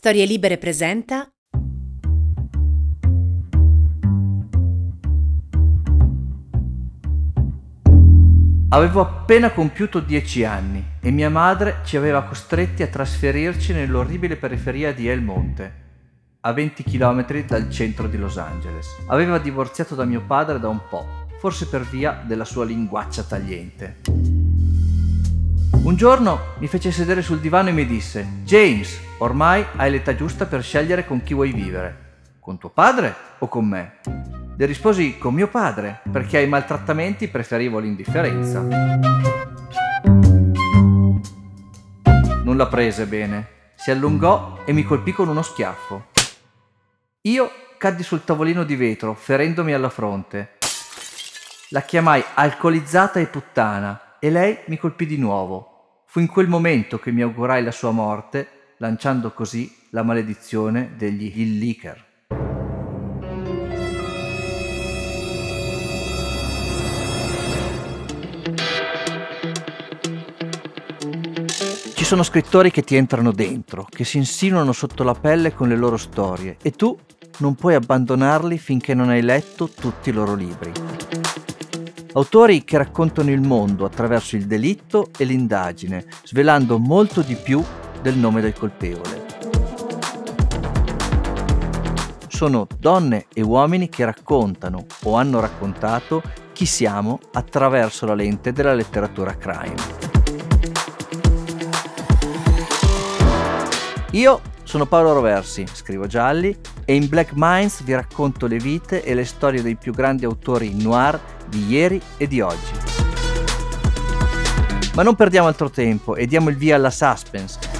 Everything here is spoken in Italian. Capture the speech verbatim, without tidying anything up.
Storie Libere presenta Avevo appena compiuto dieci anni e mia madre ci aveva costretti a trasferirci nell'orribile periferia di El Monte, a venti chilometri dal centro di Los Angeles. Aveva divorziato da mio padre da un po', forse per via della sua linguaccia tagliente. Un giorno mi fece sedere sul divano e mi disse: James, ormai hai l'età giusta per scegliere con chi vuoi vivere, con tuo padre o con me? Le risposi: con mio padre, perché ai maltrattamenti preferivo l'indifferenza. Non la prese bene, si allungò e mi colpì con uno schiaffo. Io caddi sul tavolino di vetro, ferendomi alla fronte. La chiamai alcolizzata e puttana e lei mi colpì di nuovo. Fu in quel momento che mi augurai la sua morte, lanciando così la maledizione degli Hill Licker. Ci sono scrittori che ti entrano dentro, che si insinuano sotto la pelle con le loro storie e tu non puoi abbandonarli finché non hai letto tutti i loro libri. Autori che raccontano il mondo attraverso il delitto e l'indagine, svelando molto di più del nome del colpevole. Sono donne e uomini che raccontano o hanno raccontato chi siamo attraverso la lente della letteratura crime. Io sono Paolo Roversi, scrivo gialli e in Black Minds vi racconto le vite e le storie dei più grandi autori noir di ieri e di oggi. Ma non perdiamo altro tempo e diamo il via alla suspense.